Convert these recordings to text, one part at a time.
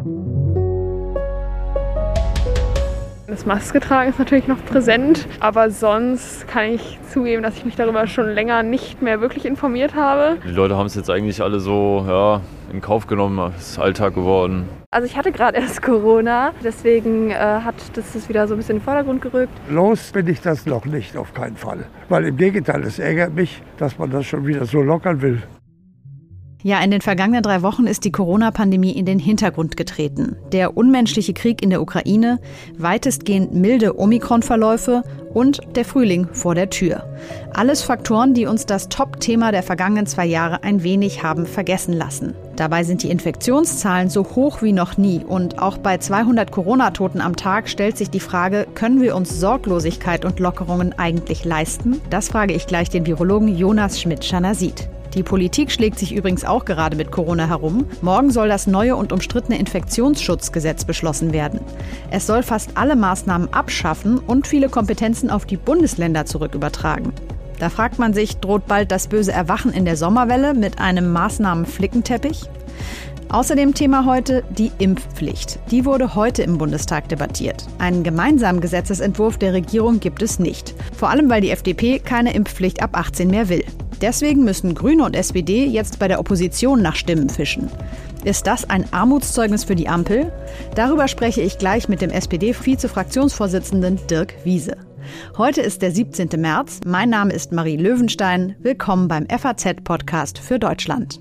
Das Maske tragen ist natürlich noch präsent, aber sonst kann ich zugeben, dass ich mich darüber schon länger nicht mehr wirklich informiert habe. Die Leute haben es jetzt eigentlich alle so in Kauf genommen, es ist Alltag geworden. Also ich hatte gerade erst Corona, deswegen hat das wieder so ein bisschen in den Vordergrund gerückt. Los bin ich das noch nicht, auf keinen Fall. Weil im Gegenteil, es ärgert mich, dass man das schon wieder so lockern will. Ja, in den vergangenen 3 Wochen ist die Corona-Pandemie in den Hintergrund getreten. Der unmenschliche Krieg in der Ukraine, weitestgehend milde Omikron-Verläufe und der Frühling vor der Tür. Alles Faktoren, die uns das Top-Thema der vergangenen 2 Jahre ein wenig haben vergessen lassen. Dabei sind die Infektionszahlen so hoch wie noch nie. Und auch bei 200 Corona-Toten am Tag stellt sich die Frage, können wir uns Sorglosigkeit und Lockerungen eigentlich leisten? Das frage ich gleich den Virologen Jonas Schmidt-Schanasit. Die Politik schlägt sich übrigens auch gerade mit Corona herum. Morgen soll das neue und umstrittene Infektionsschutzgesetz beschlossen werden. Es soll fast alle Maßnahmen abschaffen und viele Kompetenzen auf die Bundesländer zurückübertragen. Da fragt man sich, droht bald das böse Erwachen in der Sommerwelle mit einem Maßnahmenflickenteppich? Außerdem Thema heute die Impfpflicht. Die wurde heute im Bundestag debattiert. Einen gemeinsamen Gesetzesentwurf der Regierung gibt es nicht. Vor allem, weil die FDP keine Impfpflicht ab 18 mehr will. Deswegen müssen Grüne und SPD jetzt bei der Opposition nach Stimmen fischen. Ist das ein Armutszeugnis für die Ampel? Darüber spreche ich gleich mit dem SPD-Vize-Fraktionsvorsitzenden Dirk Wiese. Heute ist der 17. März. Mein Name ist Marie Löwenstein. Willkommen beim FAZ-Podcast für Deutschland.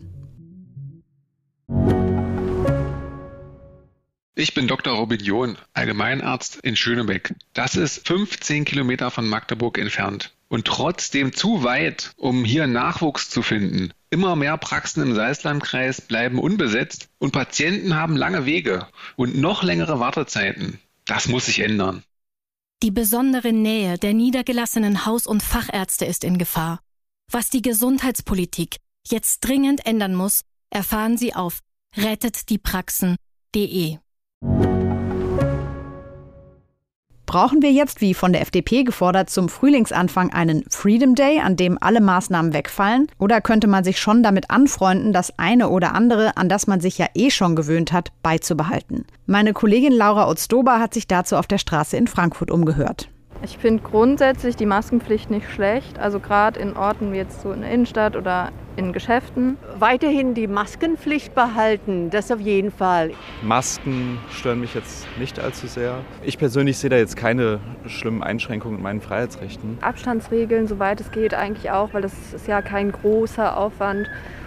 Ich bin Dr. Robin John, Allgemeinarzt in Schönebeck. Das ist 15 Kilometer von Magdeburg entfernt. Und trotzdem zu weit, um hier Nachwuchs zu finden. Immer mehr Praxen im Salzlandkreis bleiben unbesetzt und Patienten haben lange Wege und noch längere Wartezeiten. Das muss sich ändern. Die besondere Nähe der niedergelassenen Haus- und Fachärzte ist in Gefahr. Was die Gesundheitspolitik jetzt dringend ändern muss, erfahren Sie auf rettetdiepraxen.de. Brauchen wir jetzt, wie von der FDP gefordert, zum Frühlingsanfang einen Freedom Day, an dem alle Maßnahmen wegfallen? Oder könnte man sich schon damit anfreunden, das eine oder andere, an das man sich ja schon gewöhnt hat, beizubehalten? Meine Kollegin Laura Otzdober hat sich dazu auf der Straße in Frankfurt umgehört. Ich finde grundsätzlich die Maskenpflicht nicht schlecht, also gerade in Orten wie jetzt so in der Innenstadt oder in Geschäften. Weiterhin die Maskenpflicht behalten, das auf jeden Fall. Masken stören mich jetzt nicht allzu sehr. Ich persönlich sehe da jetzt keine schlimmen Einschränkungen in meinen Freiheitsrechten. Abstandsregeln, soweit es geht, eigentlich auch, weil das ist ja kein großer Aufwand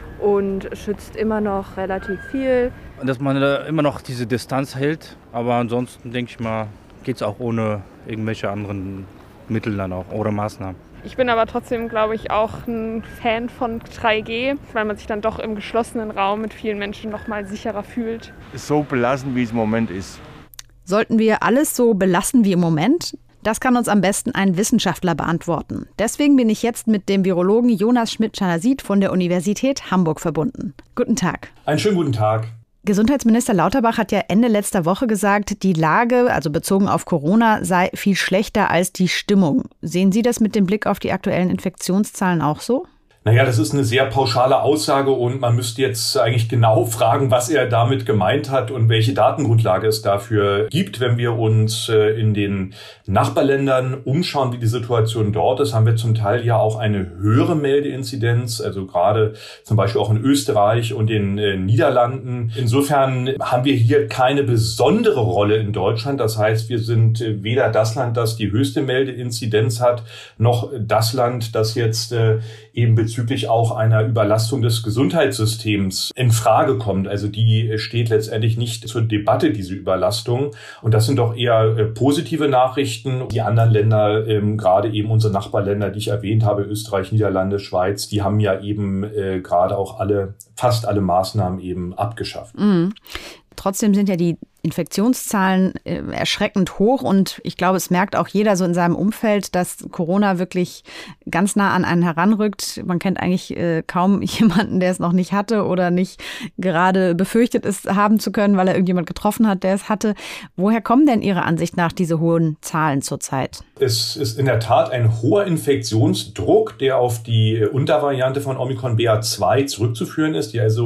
und schützt immer noch relativ viel. Dass man da immer noch diese Distanz hält, aber ansonsten denke ich mal, geht es auch ohne irgendwelche anderen Mittel dann auch oder Maßnahmen. Ich bin aber trotzdem, glaube ich, auch ein Fan von 3G, weil man sich dann doch im geschlossenen Raum mit vielen Menschen noch mal sicherer fühlt. So belassen, wie es im Moment ist. Sollten wir alles so belassen wie im Moment? Das kann uns am besten ein Wissenschaftler beantworten. Deswegen bin ich jetzt mit dem Virologen Jonas Schmidt-Schanasit von der Universität Hamburg verbunden. Guten Tag. Einen schönen guten Tag. Gesundheitsminister Lauterbach hat ja Ende letzter Woche gesagt, die Lage, also bezogen auf Corona, sei viel schlechter als die Stimmung. Sehen Sie das mit dem Blick auf die aktuellen Infektionszahlen auch so? Naja, das ist eine sehr pauschale Aussage und man müsste jetzt eigentlich genau fragen, was er damit gemeint hat und welche Datengrundlage es dafür gibt. Wenn wir uns in den Nachbarländern umschauen, wie die Situation dort ist, haben wir zum Teil ja auch eine höhere Meldeinzidenz, also gerade zum Beispiel auch in Österreich und den Niederlanden. Insofern haben wir hier keine besondere Rolle in Deutschland. Das heißt, wir sind weder das Land, das die höchste Meldeinzidenz hat, noch das Land, das jetzt eben bezüglich auch einer Überlastung des Gesundheitssystems in Frage kommt. Also die steht letztendlich nicht zur Debatte, diese Überlastung. Und das sind doch eher positive Nachrichten. Die anderen Länder, gerade eben unsere Nachbarländer, die ich erwähnt habe, Österreich, Niederlande, Schweiz, die haben ja eben gerade auch fast alle Maßnahmen eben abgeschafft. Mhm. Trotzdem sind ja die Infektionszahlen erschreckend hoch und ich glaube, es merkt auch jeder so in seinem Umfeld, dass Corona wirklich ganz nah an einen heranrückt. Man kennt eigentlich kaum jemanden, der es noch nicht hatte oder nicht gerade befürchtet ist, haben zu können, weil er irgendjemand getroffen hat, der es hatte. Woher kommen denn Ihrer Ansicht nach diese hohen Zahlen zurzeit? Es ist in der Tat ein hoher Infektionsdruck, der auf die Untervariante von Omikron BA2 zurückzuführen ist, die also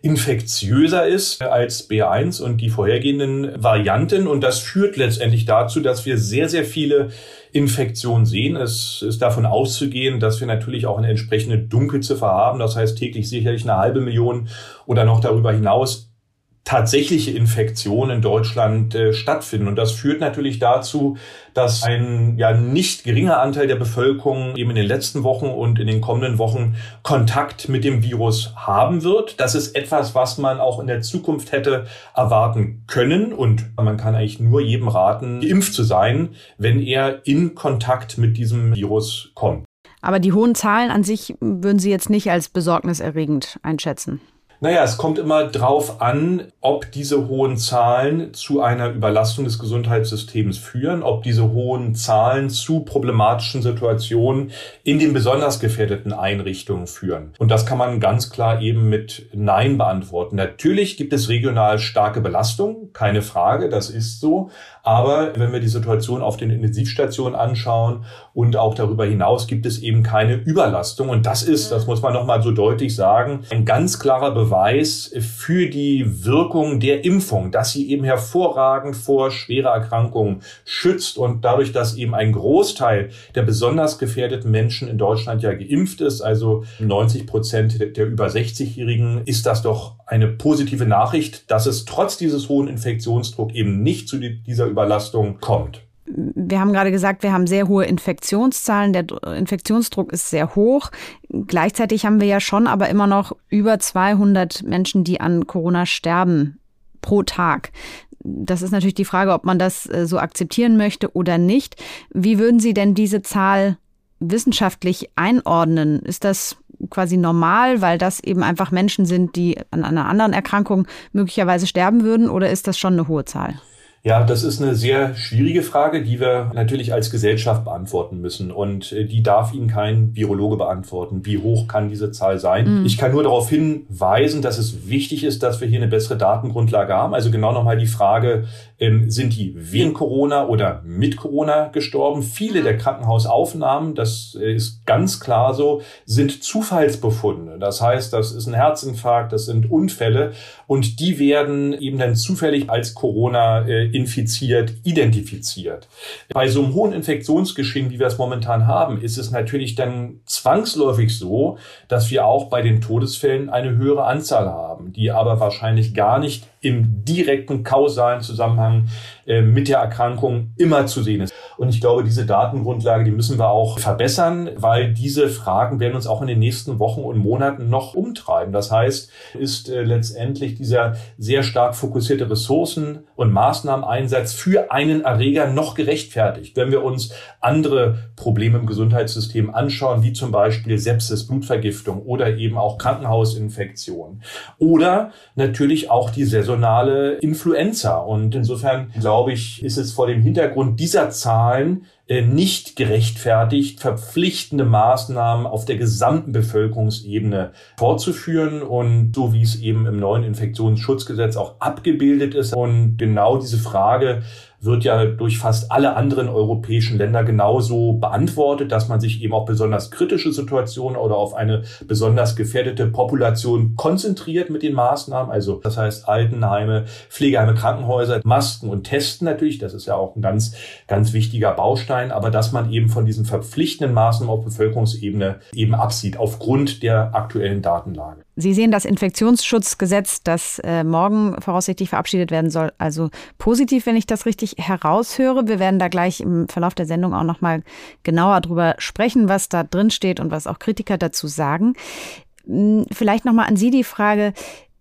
infektiöser ist als B1 und die vorhergehenden Varianten. Und das führt letztendlich dazu, dass wir sehr, sehr viele Infektionen sehen. Es ist davon auszugehen, dass wir natürlich auch eine entsprechende Dunkelziffer haben. Das heißt täglich sicherlich 500.000 oder noch darüber hinaus tatsächliche Infektionen in Deutschland stattfinden. Und das führt natürlich dazu, dass ein nicht geringer Anteil der Bevölkerung eben in den letzten Wochen und in den kommenden Wochen Kontakt mit dem Virus haben wird. Das ist etwas, was man auch in der Zukunft hätte erwarten können. Und man kann eigentlich nur jedem raten, geimpft zu sein, wenn er in Kontakt mit diesem Virus kommt. Aber die hohen Zahlen an sich würden Sie jetzt nicht als besorgniserregend einschätzen? Naja, es kommt immer drauf an, ob diese hohen Zahlen zu einer Überlastung des Gesundheitssystems führen, ob diese hohen Zahlen zu problematischen Situationen in den besonders gefährdeten Einrichtungen führen. Und das kann man ganz klar eben mit Nein beantworten. Natürlich gibt es regional starke Belastung, keine Frage, das ist so. Aber wenn wir die Situation auf den Intensivstationen anschauen und auch darüber hinaus, gibt es eben keine Überlastung. Und das ist, das muss man nochmal so deutlich sagen, ein ganz klarer Beweis für die Wirkung der Impfung, dass sie eben hervorragend vor schwerer Erkrankungen schützt. Und dadurch, dass eben ein Großteil der besonders gefährdeten Menschen in Deutschland ja geimpft ist, also 90% der über 60-Jährigen, ist das doch eine positive Nachricht, dass es trotz dieses hohen Infektionsdrucks eben nicht zu dieser Überlastung kommt. Wir haben gerade gesagt, wir haben sehr hohe Infektionszahlen. Der Infektionsdruck ist sehr hoch. Gleichzeitig haben wir ja schon aber immer noch über 200 Menschen, die an Corona sterben pro Tag. Das ist natürlich die Frage, ob man das so akzeptieren möchte oder nicht. Wie würden Sie denn diese Zahl wissenschaftlich einordnen? Ist das quasi normal, weil das eben einfach Menschen sind, die an einer anderen Erkrankung möglicherweise sterben würden, oder ist das schon eine hohe Zahl? Ja, das ist eine sehr schwierige Frage, die wir natürlich als Gesellschaft beantworten müssen. Und die darf Ihnen kein Virologe beantworten. Wie hoch kann diese Zahl sein? Ich kann nur darauf hinweisen, dass es wichtig ist, dass wir hier eine bessere Datengrundlage haben. Also genau nochmal die Frage, sind die wegen Corona oder mit Corona gestorben? Viele der Krankenhausaufnahmen, das ist ganz klar so, sind Zufallsbefunde. Das heißt, das ist ein Herzinfarkt, das sind Unfälle und die werden eben dann zufällig als Corona infiziert, identifiziert. Bei so einem hohen Infektionsgeschehen, wie wir es momentan haben, ist es natürlich dann zwangsläufig so, dass wir auch bei den Todesfällen eine höhere Anzahl haben, die aber wahrscheinlich gar nicht im direkten kausalen Zusammenhang mit der Erkrankung immer zu sehen ist. Und ich glaube, diese Datengrundlage, die müssen wir auch verbessern, weil diese Fragen werden uns auch in den nächsten Wochen und Monaten noch umtreiben. Das heißt, ist letztendlich dieser sehr stark fokussierte Ressourcen- und Maßnahmeneinsatz für einen Erreger noch gerechtfertigt. Wenn wir uns andere Probleme im Gesundheitssystem anschauen, wie zum Beispiel Sepsis, Blutvergiftung oder eben auch Krankenhausinfektion oder natürlich auch die saisonale Influenza. Und insofern glaube ich, ist es vor dem Hintergrund dieser Zahlen nicht gerechtfertigt, verpflichtende Maßnahmen auf der gesamten Bevölkerungsebene fortzuführen und so wie es eben im neuen Infektionsschutzgesetz auch abgebildet ist. Und genau diese Frage wird ja durch fast alle anderen europäischen Länder genauso beantwortet, dass man sich eben auf besonders kritische Situationen oder auf eine besonders gefährdete Population konzentriert mit den Maßnahmen. Also das heißt Altenheime, Pflegeheime, Krankenhäuser, Masken und Testen natürlich. Das ist ja auch ein ganz, ganz wichtiger Baustein. Aber dass man eben von diesen verpflichtenden Maßnahmen auf Bevölkerungsebene eben absieht aufgrund der aktuellen Datenlage. Sie sehen das Infektionsschutzgesetz, das morgen voraussichtlich verabschiedet werden soll, also positiv, wenn ich das richtig heraushöre. Wir werden da gleich im Verlauf der Sendung auch noch mal genauer drüber sprechen, was da drin steht und was auch Kritiker dazu sagen. Vielleicht noch mal an Sie die Frage: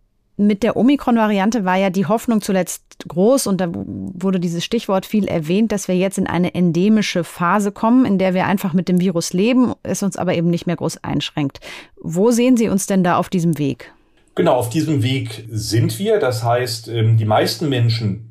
Mit der Omikron-Variante war ja die Hoffnung zuletzt groß und da wurde dieses Stichwort viel erwähnt, dass wir jetzt in eine endemische Phase kommen, in der wir einfach mit dem Virus leben, es uns aber eben nicht mehr groß einschränkt. Wo sehen Sie uns denn da auf diesem Weg? Genau, auf diesem Weg sind wir. Das heißt, die meisten Menschen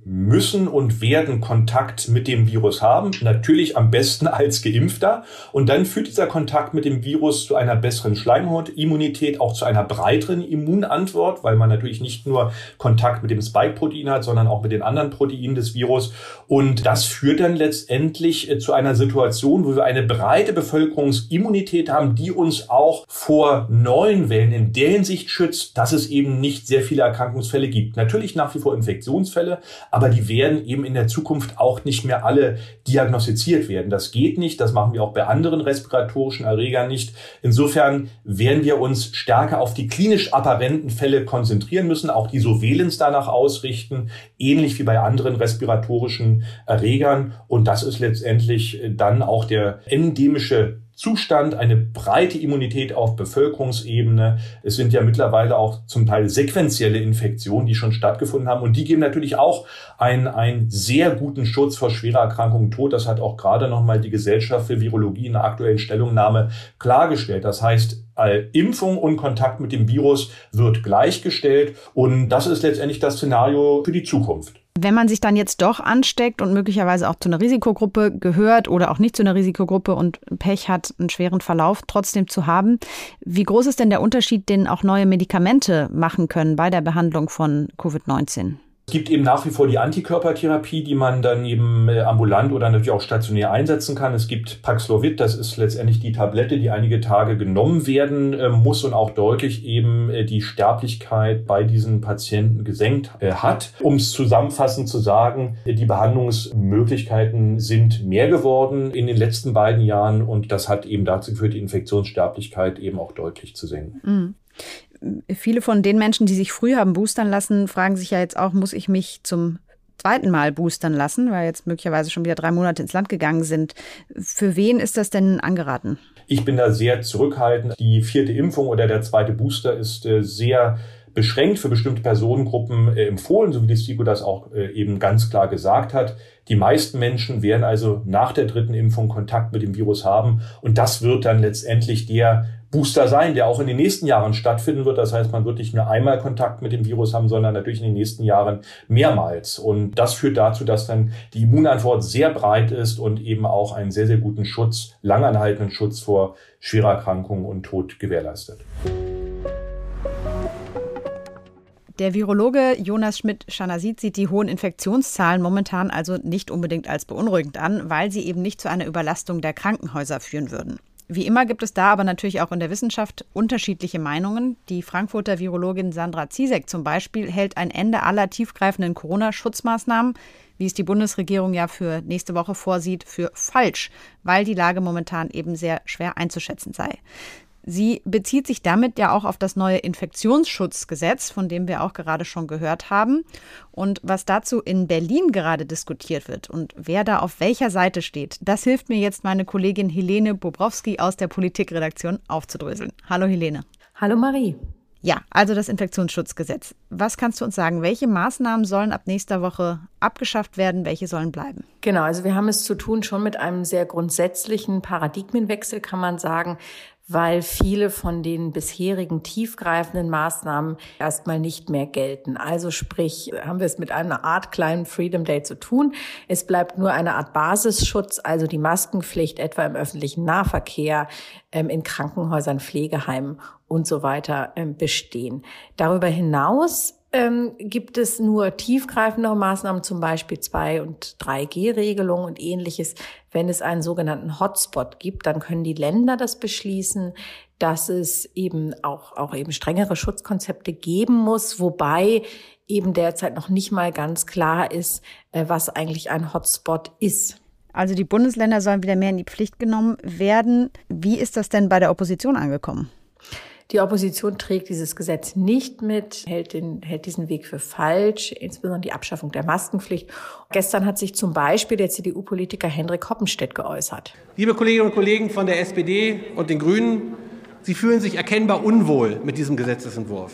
müssen und werden Kontakt mit dem Virus haben. Natürlich am besten als Geimpfter. Und dann führt dieser Kontakt mit dem Virus zu einer besseren Schleimhautimmunität, auch zu einer breiteren Immunantwort, weil man natürlich nicht nur Kontakt mit dem Spike-Protein hat, sondern auch mit den anderen Proteinen des Virus. Und das führt dann letztendlich zu einer Situation, wo wir eine breite Bevölkerungsimmunität haben, die uns auch vor neuen Wellen in der Hinsicht schützt, dass es eben nicht sehr viele Erkrankungsfälle gibt. Natürlich nach wie vor Infektionsfälle, aber die werden eben in der Zukunft auch nicht mehr alle diagnostiziert werden. Das geht nicht, das machen wir auch bei anderen respiratorischen Erregern nicht. Insofern werden wir uns stärker auf die klinisch apparenten Fälle konzentrieren müssen, auch die Surveillance danach ausrichten, ähnlich wie bei anderen respiratorischen Erregern. Und das ist letztendlich dann auch der endemische Zustand, eine breite Immunität auf Bevölkerungsebene. Es sind ja mittlerweile auch zum Teil sequentielle Infektionen, die schon stattgefunden haben. Und die geben natürlich auch einen sehr guten Schutz vor schwerer Erkrankung und Tod. Das hat auch gerade nochmal die Gesellschaft für Virologie in der aktuellen Stellungnahme klargestellt. Das heißt, Impfung und Kontakt mit dem Virus wird gleichgestellt. Und das ist letztendlich das Szenario für die Zukunft. Wenn man sich dann jetzt doch ansteckt und möglicherweise auch zu einer Risikogruppe gehört oder auch nicht zu einer Risikogruppe und Pech hat, einen schweren Verlauf trotzdem zu haben, wie groß ist denn der Unterschied, den auch neue Medikamente machen können bei der Behandlung von Covid-19? Es gibt eben nach wie vor die Antikörpertherapie, die man dann eben ambulant oder natürlich auch stationär einsetzen kann. Es gibt Paxlovid, das ist letztendlich die Tablette, die einige Tage genommen werden muss und auch deutlich eben die Sterblichkeit bei diesen Patienten gesenkt hat. Um es zusammenfassend zu sagen, die Behandlungsmöglichkeiten sind mehr geworden in den letzten beiden Jahren und das hat eben dazu geführt, die Infektionssterblichkeit eben auch deutlich zu senken. Mhm. Viele von den Menschen, die sich früh haben boostern lassen, fragen sich ja jetzt auch, muss ich mich zum zweiten Mal boostern lassen, weil jetzt möglicherweise schon wieder 3 Monate ins Land gegangen sind. Für wen ist das denn angeraten? Ich bin da sehr zurückhaltend. Die 4. Impfung oder der 2. Booster ist sehr beschränkt für bestimmte Personengruppen empfohlen, so wie die STIKO das auch eben ganz klar gesagt hat. Die meisten Menschen werden also nach der 3. Impfung Kontakt mit dem Virus haben und das wird dann letztendlich der Booster sein, der auch in den nächsten Jahren stattfinden wird. Das heißt, man wird nicht nur einmal Kontakt mit dem Virus haben, sondern natürlich in den nächsten Jahren mehrmals. Und das führt dazu, dass dann die Immunantwort sehr breit ist und eben auch einen sehr, sehr guten Schutz, langanhaltenden Schutz vor schwerer Erkrankung und Tod gewährleistet. Der Virologe Jonas Schmidt-Schanasit sieht die hohen Infektionszahlen momentan also nicht unbedingt als beunruhigend an, weil sie eben nicht zu einer Überlastung der Krankenhäuser führen würden. Wie immer gibt es da aber natürlich auch in der Wissenschaft unterschiedliche Meinungen. Die Frankfurter Virologin Sandra Ziesek zum Beispiel hält ein Ende aller tiefgreifenden Corona-Schutzmaßnahmen, wie es die Bundesregierung ja für nächste Woche vorsieht, für falsch, weil die Lage momentan eben sehr schwer einzuschätzen sei. Sie bezieht sich damit ja auch auf das neue Infektionsschutzgesetz, von dem wir auch gerade schon gehört haben. Und was dazu in Berlin gerade diskutiert wird und wer da auf welcher Seite steht, das hilft mir jetzt meine Kollegin Helene Bobrowski aus der Politikredaktion aufzudröseln. Hallo Helene. Hallo Marie. Ja, also das Infektionsschutzgesetz. Was kannst du uns sagen? Welche Maßnahmen sollen ab nächster Woche abgeschafft werden? Welche sollen bleiben? Genau, also wir haben es zu tun schon mit einem sehr grundsätzlichen Paradigmenwechsel, kann man sagen, weil viele von den bisherigen tiefgreifenden Maßnahmen erstmal nicht mehr gelten. Also sprich, haben wir es mit einer Art kleinen Freedom Day zu tun. Es bleibt nur eine Art Basisschutz, also die Maskenpflicht etwa im öffentlichen Nahverkehr, in Krankenhäusern, Pflegeheimen und so weiter bestehen. Darüber hinaus gibt es nur tiefgreifendere Maßnahmen, zum Beispiel 2- und 3G-Regelungen und Ähnliches. Wenn es einen sogenannten Hotspot gibt, dann können die Länder das beschließen, dass es eben auch eben strengere Schutzkonzepte geben muss, wobei eben derzeit noch nicht mal ganz klar ist, was eigentlich ein Hotspot ist. Also die Bundesländer sollen wieder mehr in die Pflicht genommen werden. Wie ist das denn bei der Opposition angekommen? Die Opposition trägt dieses Gesetz nicht mit, hält diesen Weg für falsch, insbesondere die Abschaffung der Maskenpflicht. Gestern hat sich zum Beispiel der CDU-Politiker Hendrik Hoppenstedt geäußert. Liebe Kolleginnen und Kollegen von der SPD und den Grünen, Sie fühlen sich erkennbar unwohl mit diesem Gesetzesentwurf.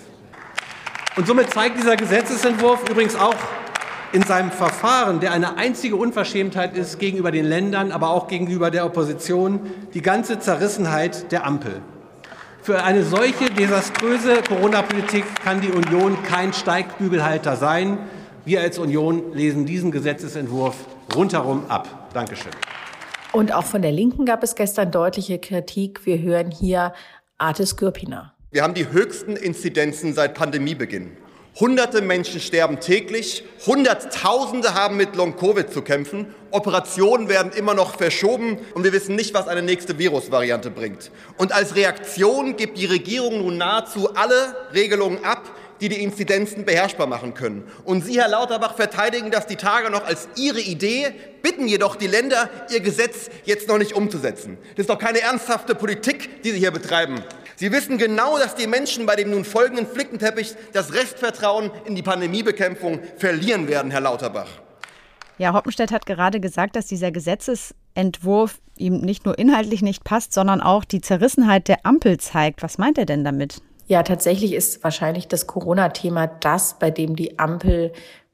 Und somit zeigt dieser Gesetzesentwurf übrigens auch in seinem Verfahren, der eine einzige Unverschämtheit ist gegenüber den Ländern, aber auch gegenüber der Opposition, die ganze Zerrissenheit der Ampel. Für eine solche desaströse Corona-Politik kann die Union kein Steigbügelhalter sein. Wir als Union lesen diesen Gesetzesentwurf rundherum ab. Dankeschön. Und auch von der Linken gab es gestern deutliche Kritik. Wir hören hier Artis Gürpiner. Wir haben die höchsten Inzidenzen seit Pandemiebeginn. Hunderte Menschen sterben täglich, Hunderttausende haben mit Long-Covid zu kämpfen, Operationen werden immer noch verschoben und wir wissen nicht, was eine nächste Virusvariante bringt. Und als Reaktion gibt die Regierung nun nahezu alle Regelungen ab, die die Inzidenzen beherrschbar machen können. Und Sie, Herr Lauterbach, verteidigen das die Tage noch als Ihre Idee, bitten jedoch die Länder, ihr Gesetz jetzt noch nicht umzusetzen. Das ist doch keine ernsthafte Politik, die Sie hier betreiben. Sie wissen genau, dass die Menschen bei dem nun folgenden Flickenteppich das Restvertrauen in die Pandemiebekämpfung verlieren werden, Herr Lauterbach. Ja, Hoppenstedt hat gerade gesagt, dass dieser Gesetzesentwurf ihm nicht nur inhaltlich nicht passt, sondern auch die Zerrissenheit der Ampel zeigt. Was meint er denn damit? Ja, tatsächlich ist wahrscheinlich das Corona-Thema das, bei dem die Ampel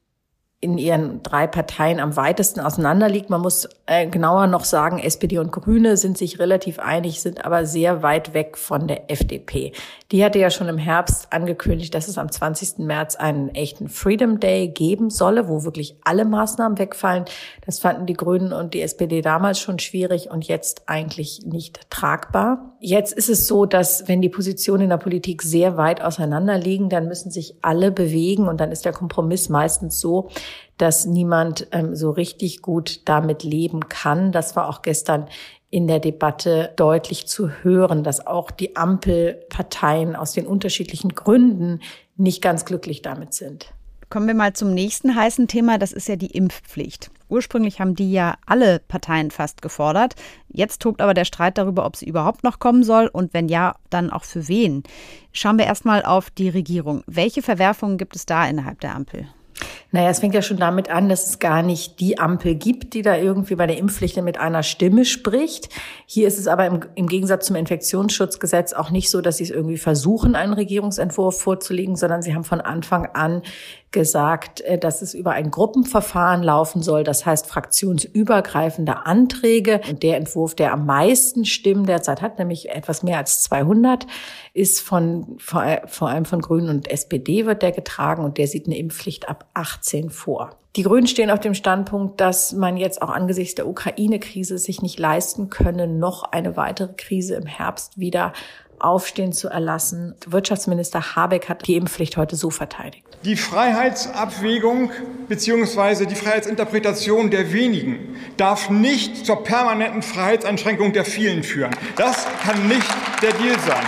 in ihren 3 Parteien am weitesten auseinanderliegt. Man muss genauer noch sagen, SPD und Grüne sind sich relativ einig, sind aber sehr weit weg von der FDP. Die hatte ja schon im Herbst angekündigt, dass es am 20. März einen echten Freedom Day geben solle, wo wirklich alle Maßnahmen wegfallen. Das fanden die Grünen und die SPD damals schon schwierig und jetzt eigentlich nicht tragbar. Jetzt ist es so, dass wenn die Positionen in der Politik sehr weit auseinander liegen, dann müssen sich alle bewegen und dann ist der Kompromiss meistens so, dass niemand so richtig gut damit leben kann. Das war auch gestern in der Debatte deutlich zu hören, dass auch die Ampelparteien aus den unterschiedlichen Gründen nicht ganz glücklich damit sind. Kommen wir mal zum nächsten heißen Thema, das ist ja die Impfpflicht. Ursprünglich haben die ja alle Parteien fast gefordert. Jetzt tobt aber der Streit darüber, ob sie überhaupt noch kommen soll und wenn ja, dann auch für wen. Schauen wir erstmal auf die Regierung. Welche Verwerfungen gibt es da innerhalb der Ampel? Naja, es fängt ja schon damit an, dass es gar nicht die Ampel gibt, die da irgendwie bei der Impfpflicht mit einer Stimme spricht. Hier ist es aber im Gegensatz zum Infektionsschutzgesetz auch nicht so, dass sie es irgendwie versuchen, einen Regierungsentwurf vorzulegen, sondern sie haben von Anfang an gesagt, dass es über ein Gruppenverfahren laufen soll. Das heißt fraktionsübergreifende Anträge. Und der Entwurf, der am meisten Stimmen derzeit hat, nämlich etwas mehr als 200, ist vor allem von Grünen und SPD wird der getragen und der sieht eine Impfpflicht ab 18 vor. Die Grünen stehen auf dem Standpunkt, dass man jetzt auch angesichts der Ukraine-Krise sich nicht leisten könne, noch eine weitere Krise im Herbst wieder aufstehen zu erlassen. Wirtschaftsminister Habeck hat die Impfpflicht heute so verteidigt. Die Freiheitsabwägung bzw. die Freiheitsinterpretation der wenigen darf nicht zur permanenten Freiheitseinschränkung der vielen führen. Das kann nicht der Deal sein.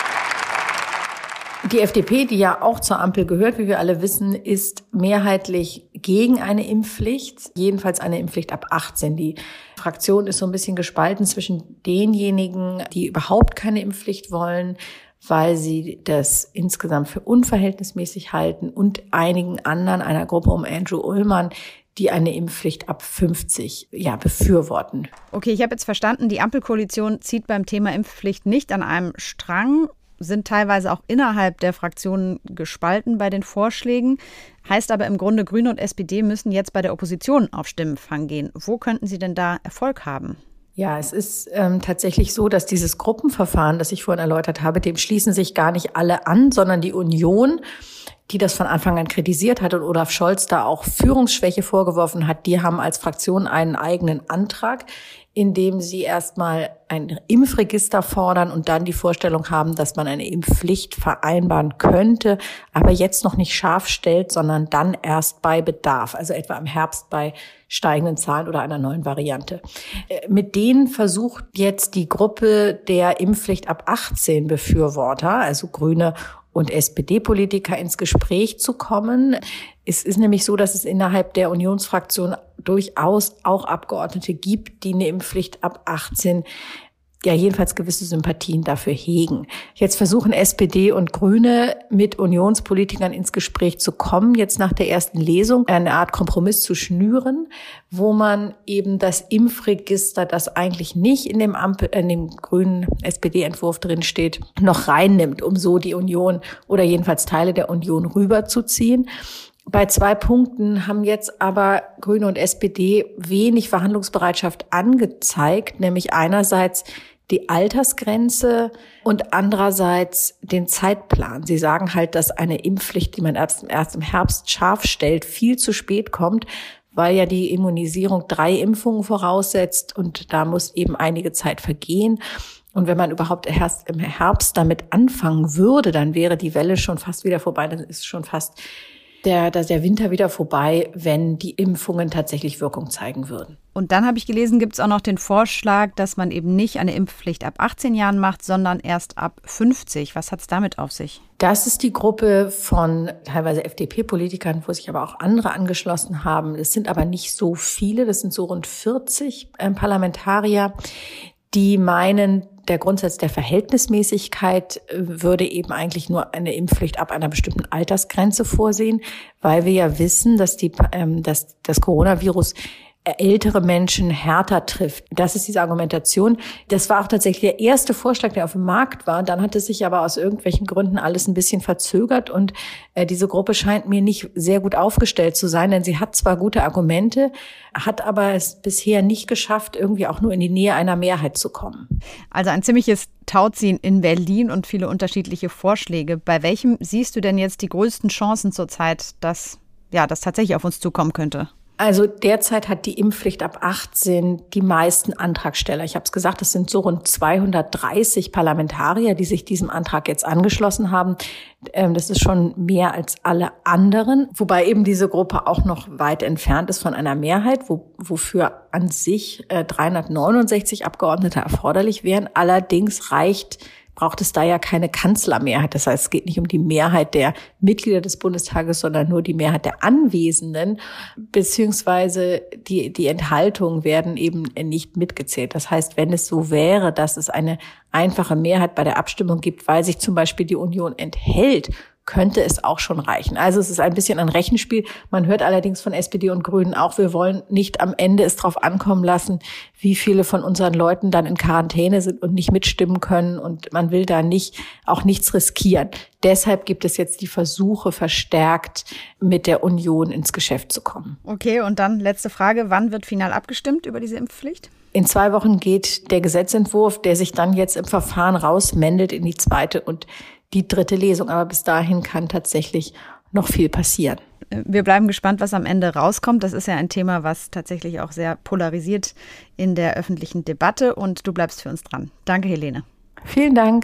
Die FDP, die ja auch zur Ampel gehört, wie wir alle wissen, ist mehrheitlich gegen eine Impfpflicht, jedenfalls eine Impfpflicht ab 18. Die Fraktion ist so ein bisschen gespalten zwischen denjenigen, die überhaupt keine Impfpflicht wollen, weil sie das insgesamt für unverhältnismäßig halten, und einigen anderen, einer Gruppe um Andrew Ullmann, die eine Impfpflicht ab 50 befürworten. Okay, ich habe jetzt verstanden, die Ampelkoalition zieht beim Thema Impfpflicht nicht an einem Strang, sind teilweise auch innerhalb der Fraktionen gespalten bei den Vorschlägen. Heißt aber im Grunde, Grüne und SPD müssen jetzt bei der Opposition auf Stimmenfang gehen. Wo könnten sie denn da Erfolg haben? Ja, es ist tatsächlich so, dass dieses Gruppenverfahren, das ich vorhin erläutert habe, dem schließen sich gar nicht alle an, sondern die Union, die das von Anfang an kritisiert hat und Olaf Scholz da auch Führungsschwäche vorgeworfen hat, die haben als Fraktion einen eigenen Antrag, in dem sie erstmal ein Impfregister fordern und dann die Vorstellung haben, dass man eine Impfpflicht vereinbaren könnte, aber jetzt noch nicht scharf stellt, sondern dann erst bei Bedarf, also etwa im Herbst bei steigenden Zahlen oder einer neuen Variante. Mit denen versucht jetzt die Gruppe der Impfpflicht ab 18 Befürworter, also Grüne und SPD-Politiker, ins Gespräch zu kommen. Es ist nämlich so, dass es innerhalb der Unionsfraktion durchaus auch Abgeordnete gibt, die eine Impfpflicht ab 18 jedenfalls gewisse Sympathien dafür hegen. Jetzt versuchen SPD und Grüne mit Unionspolitikern ins Gespräch zu kommen, jetzt nach der ersten Lesung eine Art Kompromiss zu schnüren, wo man eben das Impfregister, das eigentlich nicht in dem grünen SPD-Entwurf drin steht, noch reinnimmt, um so die Union oder jedenfalls Teile der Union rüberzuziehen. Bei 2 Punkten haben jetzt aber Grüne und SPD wenig Verhandlungsbereitschaft angezeigt, nämlich einerseits die Altersgrenze und andererseits den Zeitplan. Sie sagen halt, dass eine Impfpflicht, die man erst im Herbst scharf stellt, viel zu spät kommt, weil ja die Immunisierung 3 Impfungen voraussetzt und da muss eben einige Zeit vergehen. Und wenn man überhaupt erst im Herbst damit anfangen würde, dann wäre die Welle schon fast wieder vorbei. Dann ist schon fast der Winter wieder vorbei, wenn die Impfungen tatsächlich Wirkung zeigen würden. Und dann habe ich gelesen, gibt es auch noch den Vorschlag, dass man eben nicht eine Impfpflicht ab 18 Jahren macht, sondern erst ab 50. Was hat es damit auf sich? Das ist die Gruppe von teilweise FDP-Politikern, wo sich aber auch andere angeschlossen haben. Es sind aber nicht so viele, das sind so rund 40 Parlamentarier, die meinen, der Grundsatz der Verhältnismäßigkeit würde eben eigentlich nur eine Impfpflicht ab einer bestimmten Altersgrenze vorsehen, weil wir ja wissen, dass das Coronavirus ältere Menschen härter trifft. Das ist diese Argumentation. Das war auch tatsächlich der erste Vorschlag, der auf dem Markt war. Dann hat es sich aber aus irgendwelchen Gründen alles ein bisschen verzögert und diese Gruppe scheint mir nicht sehr gut aufgestellt zu sein, denn sie hat zwar gute Argumente, hat aber es bisher nicht geschafft, irgendwie auch nur in die Nähe einer Mehrheit zu kommen. Also ein ziemliches Tauziehen in Berlin und viele unterschiedliche Vorschläge. Bei welchem siehst du denn jetzt die größten Chancen zurzeit, dass das tatsächlich auf uns zukommen könnte? Also derzeit hat die Impfpflicht ab 18 die meisten Antragsteller. Ich habe es gesagt, es sind so rund 230 Parlamentarier, die sich diesem Antrag jetzt angeschlossen haben. Das ist schon mehr als alle anderen, wobei eben diese Gruppe auch noch weit entfernt ist von einer Mehrheit, wofür an sich 369 Abgeordnete erforderlich wären. Allerdings braucht es da ja keine Kanzlermehrheit. Das heißt, es geht nicht um die Mehrheit der Mitglieder des Bundestages, sondern nur die Mehrheit der Anwesenden, beziehungsweise die Enthaltungen werden eben nicht mitgezählt. Das heißt, wenn es so wäre, dass es eine einfache Mehrheit bei der Abstimmung gibt, weil sich zum Beispiel die Union enthält, könnte es auch schon reichen. Also es ist ein bisschen ein Rechenspiel. Man hört allerdings von SPD und Grünen auch, wir wollen nicht am Ende es drauf ankommen lassen, wie viele von unseren Leuten dann in Quarantäne sind und nicht mitstimmen können. Und man will da auch nichts riskieren. Deshalb gibt es jetzt die Versuche, verstärkt mit der Union ins Geschäft zu kommen. Okay, und dann letzte Frage. Wann wird final abgestimmt über diese Impfpflicht? In 2 Wochen geht der Gesetzentwurf, der sich dann jetzt im Verfahren rausmeldet, in die 2. und die 3. Lesung. Aber bis dahin kann tatsächlich noch viel passieren. Wir bleiben gespannt, was am Ende rauskommt. Das ist ja ein Thema, was tatsächlich auch sehr polarisiert in der öffentlichen Debatte. Und du bleibst für uns dran. Danke, Helene. Vielen Dank.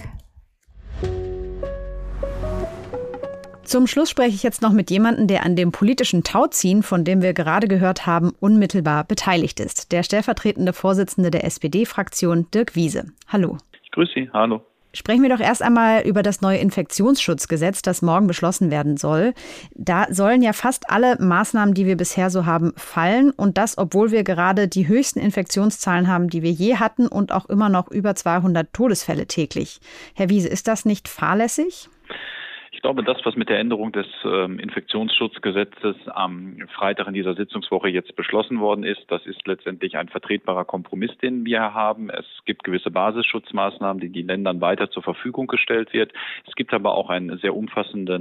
Zum Schluss spreche ich jetzt noch mit jemandem, der an dem politischen Tauziehen, von dem wir gerade gehört haben, unmittelbar beteiligt ist. Der stellvertretende Vorsitzende der SPD-Fraktion, Dirk Wiese. Hallo. Ich grüße Sie. Hallo. Sprechen wir doch erst einmal über das neue Infektionsschutzgesetz, das morgen beschlossen werden soll. Da sollen ja fast alle Maßnahmen, die wir bisher so haben, fallen. Und das, obwohl wir gerade die höchsten Infektionszahlen haben, die wir je hatten und auch immer noch über 200 Todesfälle täglich. Herr Wiese, ist das nicht fahrlässig? Ich glaube, das, was mit der Änderung des Infektionsschutzgesetzes am Freitag in dieser Sitzungswoche jetzt beschlossen worden ist, das ist letztendlich ein vertretbarer Kompromiss, den wir haben. Es gibt gewisse Basisschutzmaßnahmen, die den Ländern weiter zur Verfügung gestellt wird. Es gibt aber auch eine sehr umfassende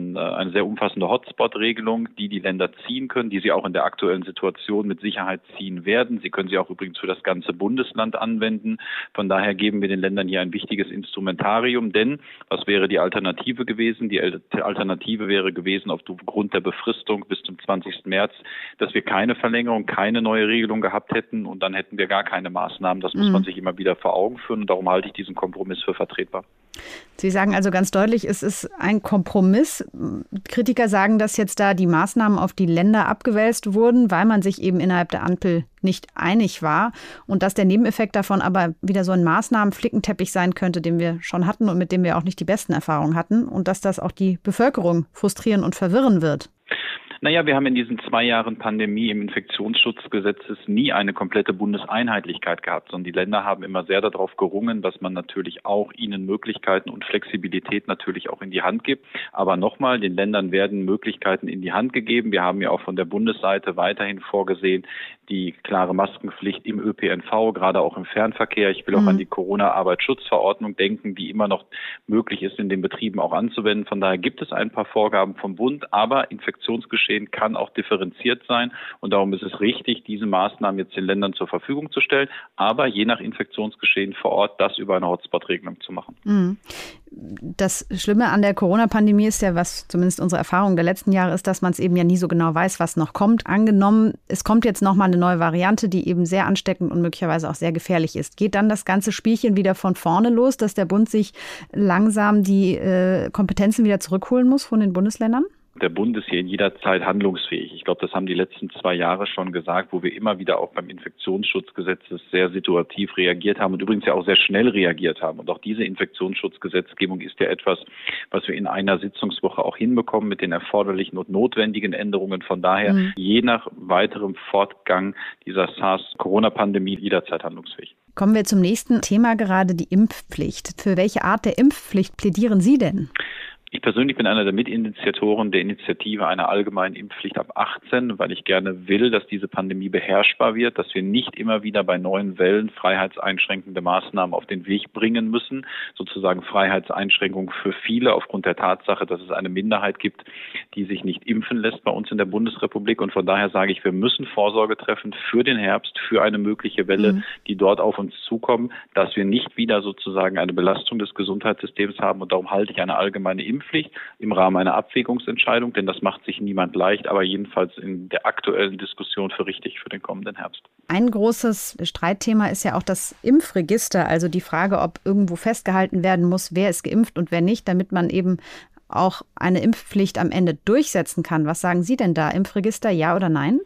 Hotspot-Regelung, die Länder ziehen können, die sie auch in der aktuellen Situation mit Sicherheit ziehen werden. Sie können sie auch übrigens für das ganze Bundesland anwenden. Von daher geben wir den Ländern hier ein wichtiges Instrumentarium, denn was wäre die Alternative gewesen? Die Alternative wäre gewesen, aufgrund der Befristung bis zum 20. März, dass wir keine Verlängerung, keine neue Regelung gehabt hätten und dann hätten wir gar keine Maßnahmen. Das muss man sich immer wieder vor Augen führen und darum halte ich diesen Kompromiss für vertretbar. Sie sagen also ganz deutlich, es ist ein Kompromiss. Kritiker sagen, dass jetzt da die Maßnahmen auf die Länder abgewälzt wurden, weil man sich eben innerhalb der Ampel nicht einig war und dass der Nebeneffekt davon aber wieder so ein Maßnahmenflickenteppich sein könnte, den wir schon hatten und mit dem wir auch nicht die besten Erfahrungen hatten und dass das auch die Bevölkerung frustrieren und verwirren wird. Naja, wir haben in diesen 2 Jahren Pandemie im Infektionsschutzgesetzes nie eine komplette Bundeseinheitlichkeit gehabt, sondern die Länder haben immer sehr darauf gerungen, dass man natürlich auch ihnen Möglichkeiten und Flexibilität natürlich auch in die Hand gibt. Aber nochmal, den Ländern werden Möglichkeiten in die Hand gegeben. Wir haben ja auch von der Bundesseite weiterhin vorgesehen, die klare Maskenpflicht im ÖPNV, gerade auch im Fernverkehr. Ich will auch an die Corona-Arbeitsschutzverordnung denken, die immer noch möglich ist, in den Betrieben auch anzuwenden. Von daher gibt es ein paar Vorgaben vom Bund, aber Infektionsgeschehen Infektionsgeschehen kann auch differenziert sein. Und darum ist es richtig, diese Maßnahmen jetzt den Ländern zur Verfügung zu stellen, aber je nach Infektionsgeschehen vor Ort das über eine Hotspot-Regelung zu machen. Das Schlimme an der Corona-Pandemie ist ja, was zumindest unsere Erfahrung der letzten Jahre ist, dass man es eben ja nie so genau weiß, was noch kommt. Angenommen, es kommt jetzt nochmal eine neue Variante, die eben sehr ansteckend und möglicherweise auch sehr gefährlich ist. Geht dann das ganze Spielchen wieder von vorne los, dass der Bund sich langsam die Kompetenzen wieder zurückholen muss von den Bundesländern? Der Bund ist hier in jeder Zeit handlungsfähig. Ich glaube, das haben die letzten 2 Jahre schon gesagt, wo wir immer wieder auch beim Infektionsschutzgesetz sehr situativ reagiert haben und übrigens ja auch sehr schnell reagiert haben. Und auch diese Infektionsschutzgesetzgebung ist ja etwas, was wir in einer Sitzungswoche auch hinbekommen mit den erforderlichen und notwendigen Änderungen. Von daher je nach weiterem Fortgang dieser SARS-Corona-Pandemie jederzeit handlungsfähig. Kommen wir zum nächsten Thema, gerade die Impfpflicht. Für welche Art der Impfpflicht plädieren Sie denn? Ich persönlich bin einer der Mitinitiatoren der Initiative einer allgemeinen Impfpflicht ab 18, weil ich gerne will, dass diese Pandemie beherrschbar wird, dass wir nicht immer wieder bei neuen Wellen freiheitseinschränkende Maßnahmen auf den Weg bringen müssen, sozusagen Freiheitseinschränkungen für viele aufgrund der Tatsache, dass es eine Minderheit gibt, die sich nicht impfen lässt bei uns in der Bundesrepublik. Und von daher sage ich, wir müssen Vorsorge treffen für den Herbst, für eine mögliche Welle, die dort auf uns zukommen, dass wir nicht wieder sozusagen eine Belastung des Gesundheitssystems haben. Und darum halte ich eine allgemeine Impfpflicht im Rahmen einer Abwägungsentscheidung, denn das macht sich niemand leicht, aber jedenfalls in der aktuellen Diskussion für richtig für den kommenden Herbst. Ein großes Streitthema ist ja auch das Impfregister, also die Frage, ob irgendwo festgehalten werden muss, wer ist geimpft und wer nicht, damit man eben auch eine Impfpflicht am Ende durchsetzen kann. Was sagen Sie denn da? Impfregister, ja oder nein?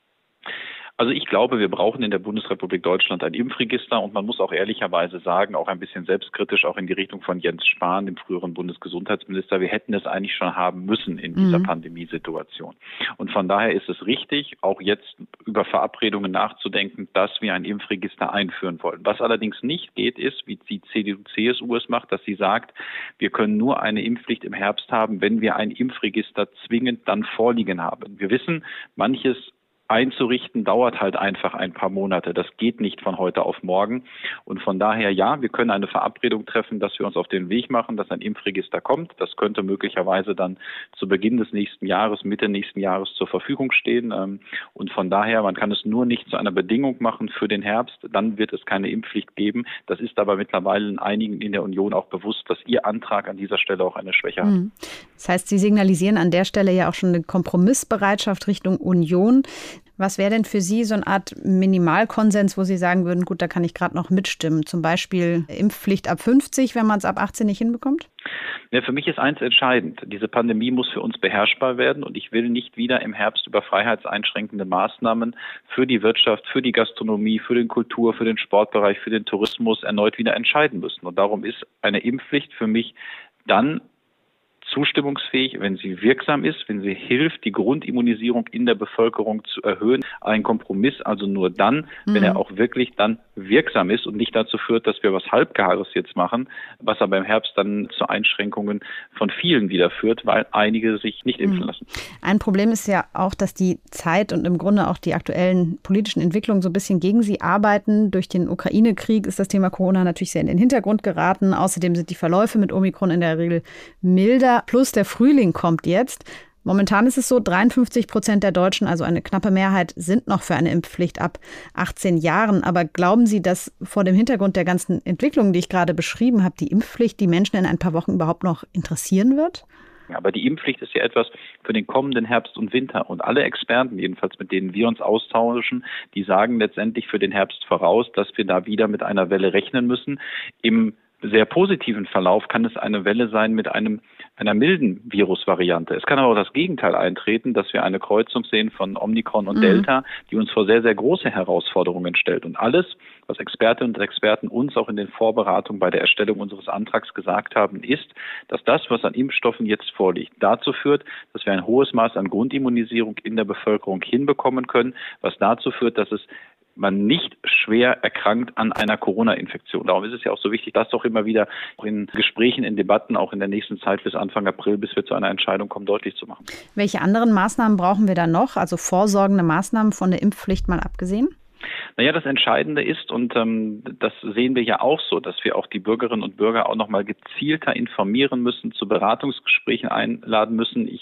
Also ich glaube, wir brauchen in der Bundesrepublik Deutschland ein Impfregister und man muss auch ehrlicherweise sagen, auch ein bisschen selbstkritisch, auch in die Richtung von Jens Spahn, dem früheren Bundesgesundheitsminister, wir hätten es eigentlich schon haben müssen in dieser Pandemiesituation. Und von daher ist es richtig, auch jetzt über Verabredungen nachzudenken, dass wir ein Impfregister einführen wollen. Was allerdings nicht geht, ist, wie die CDU-CSU es macht, dass sie sagt, wir können nur eine Impfpflicht im Herbst haben, wenn wir ein Impfregister zwingend dann vorliegen haben. Wir wissen, manches einzurichten dauert halt einfach ein paar Monate. Das geht nicht von heute auf morgen. Und von daher, ja, wir können eine Verabredung treffen, dass wir uns auf den Weg machen, dass ein Impfregister kommt. Das könnte möglicherweise dann zu Beginn des nächsten Jahres, Mitte nächsten Jahres zur Verfügung stehen. Und von daher, man kann es nur nicht zu einer Bedingung machen für den Herbst. Dann wird es keine Impfpflicht geben. Das ist aber mittlerweile einigen in der Union auch bewusst, dass ihr Antrag an dieser Stelle auch eine Schwäche hat. Das heißt, Sie signalisieren an der Stelle ja auch schon eine Kompromissbereitschaft Richtung Union. Was wäre denn für Sie so eine Art Minimalkonsens, wo Sie sagen würden, gut, da kann ich gerade noch mitstimmen? Zum Beispiel Impfpflicht ab 50, wenn man es ab 18 nicht hinbekommt? Ja, für mich ist eins entscheidend. Diese Pandemie muss für uns beherrschbar werden und ich will nicht wieder im Herbst über freiheitseinschränkende Maßnahmen für die Wirtschaft, für die Gastronomie, für den Kultur, für den Sportbereich, für den Tourismus erneut wieder entscheiden müssen. Und darum ist eine Impfpflicht für mich dann zustimmungsfähig, wenn sie wirksam ist, wenn sie hilft, die Grundimmunisierung in der Bevölkerung zu erhöhen. Ein Kompromiss also nur dann, wenn er auch wirklich dann wirksam ist und nicht dazu führt, dass wir was Halbgares jetzt machen, was aber im Herbst dann zu Einschränkungen von vielen wieder führt, weil einige sich nicht impfen lassen. Ein Problem ist ja auch, dass die Zeit und im Grunde auch die aktuellen politischen Entwicklungen so ein bisschen gegen sie arbeiten. Durch den Ukraine-Krieg ist das Thema Corona natürlich sehr in den Hintergrund geraten. Außerdem sind die Verläufe mit Omikron in der Regel milder. Plus der Frühling kommt jetzt. Momentan ist es so, 53% der Deutschen, also eine knappe Mehrheit, sind noch für eine Impfpflicht ab 18 Jahren. Aber glauben Sie, dass vor dem Hintergrund der ganzen Entwicklungen, die ich gerade beschrieben habe, die Impfpflicht die Menschen in ein paar Wochen überhaupt noch interessieren wird? Aber die Impfpflicht ist ja etwas für den kommenden Herbst und Winter. Und alle Experten, jedenfalls mit denen wir uns austauschen, die sagen letztendlich für den Herbst voraus, dass wir da wieder mit einer Welle rechnen müssen. Im sehr positiven Verlauf kann es eine Welle sein mit einer milden Virusvariante. Es kann aber auch das Gegenteil eintreten, dass wir eine Kreuzung sehen von Omikron und Delta, die uns vor sehr, sehr große Herausforderungen stellt. Und alles, was Expertinnen und Experten uns auch in den Vorbereitungen bei der Erstellung unseres Antrags gesagt haben, ist, dass das, was an Impfstoffen jetzt vorliegt, dazu führt, dass wir ein hohes Maß an Grundimmunisierung in der Bevölkerung hinbekommen können, was dazu führt, dass man nicht schwer erkrankt an einer Corona-Infektion. Darum ist es ja auch so wichtig, das doch immer wieder in Gesprächen, in Debatten, auch in der nächsten Zeit bis Anfang April, bis wir zu einer Entscheidung kommen, deutlich zu machen. Welche anderen Maßnahmen brauchen wir da noch? Also vorsorgende Maßnahmen von der Impfpflicht mal abgesehen? Naja, das Entscheidende ist, und das sehen wir ja auch so, dass wir auch die Bürgerinnen und Bürger auch noch mal gezielter informieren müssen, zu Beratungsgesprächen einladen müssen. Ich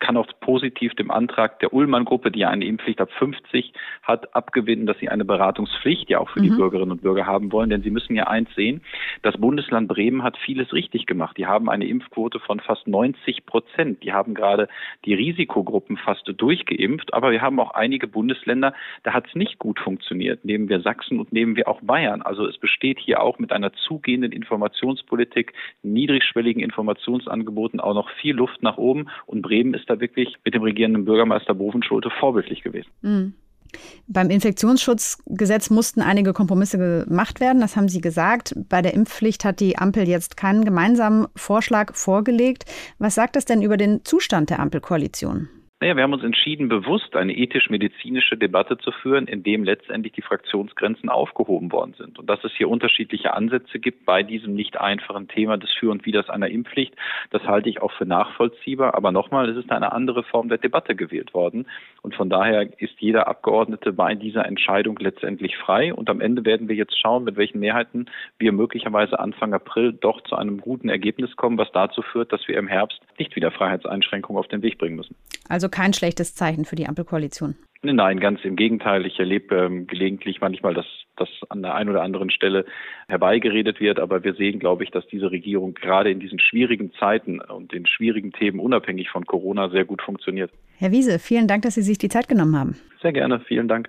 kann auch positiv dem Antrag der Ullmann-Gruppe, die ja eine Impfpflicht ab 50 hat, abgewinnen, dass sie eine Beratungspflicht ja auch für die Bürgerinnen und Bürger haben wollen. Denn Sie müssen ja eins sehen, das Bundesland Bremen hat vieles richtig gemacht. Die haben eine Impfquote von fast 90%. Die haben gerade die Risikogruppen fast durchgeimpft. Aber wir haben auch einige Bundesländer, da hat es nicht gut funktioniert. Nehmen wir Sachsen und nehmen wir auch Bayern. Also es besteht hier auch mit einer zugehenden Informationspolitik, niedrigschwelligen Informationsangeboten auch noch viel Luft nach oben. Und Bremen ist da wirklich mit dem regierenden Bürgermeister Bovenschulte vorbildlich gewesen. Mhm. Beim Infektionsschutzgesetz mussten einige Kompromisse gemacht werden, das haben Sie gesagt. Bei der Impfpflicht hat die Ampel jetzt keinen gemeinsamen Vorschlag vorgelegt. Was sagt das denn über den Zustand der Ampelkoalition? Naja, wir haben uns entschieden, bewusst eine ethisch-medizinische Debatte zu führen, in dem letztendlich die Fraktionsgrenzen aufgehoben worden sind. Und dass es hier unterschiedliche Ansätze gibt bei diesem nicht einfachen Thema des Für und Widers einer Impfpflicht, das halte ich auch für nachvollziehbar. Aber nochmal, es ist eine andere Form der Debatte gewählt worden. Und von daher ist jeder Abgeordnete bei dieser Entscheidung letztendlich frei. Und am Ende werden wir jetzt schauen, mit welchen Mehrheiten wir möglicherweise Anfang April doch zu einem guten Ergebnis kommen, was dazu führt, dass wir im Herbst nicht wieder Freiheitseinschränkungen auf den Weg bringen müssen. Also kein schlechtes Zeichen für die Ampelkoalition. Nein, ganz im Gegenteil. Ich erlebe gelegentlich manchmal, dass das an der einen oder anderen Stelle herbeigeredet wird. Aber wir sehen, glaube ich, dass diese Regierung gerade in diesen schwierigen Zeiten und den schwierigen Themen unabhängig von Corona sehr gut funktioniert. Herr Wiese, vielen Dank, dass Sie sich die Zeit genommen haben. Sehr gerne, vielen Dank.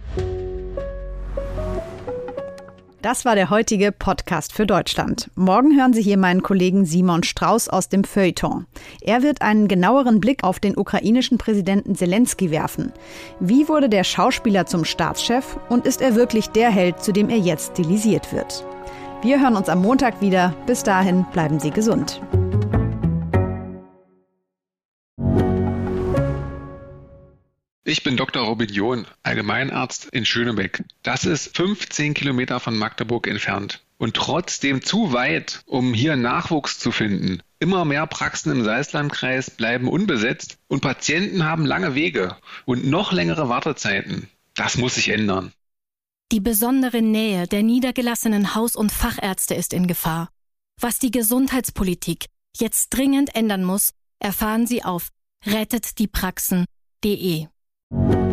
Das war der heutige Podcast für Deutschland. Morgen hören Sie hier meinen Kollegen Simon Strauß aus dem Feuilleton. Er wird einen genaueren Blick auf den ukrainischen Präsidenten Zelensky werfen. Wie wurde der Schauspieler zum Staatschef und ist er wirklich der Held, zu dem er jetzt stilisiert wird? Wir hören uns am Montag wieder. Bis dahin bleiben Sie gesund. Ich bin Dr. Robin John, Allgemeinarzt in Schönebeck. Das ist 15 Kilometer von Magdeburg entfernt. Und trotzdem zu weit, um hier Nachwuchs zu finden. Immer mehr Praxen im Salzlandkreis bleiben unbesetzt und Patienten haben lange Wege und noch längere Wartezeiten. Das muss sich ändern. Die besondere Nähe der niedergelassenen Haus- und Fachärzte ist in Gefahr. Was die Gesundheitspolitik jetzt dringend ändern muss, erfahren Sie auf rettetdiepraxen.de.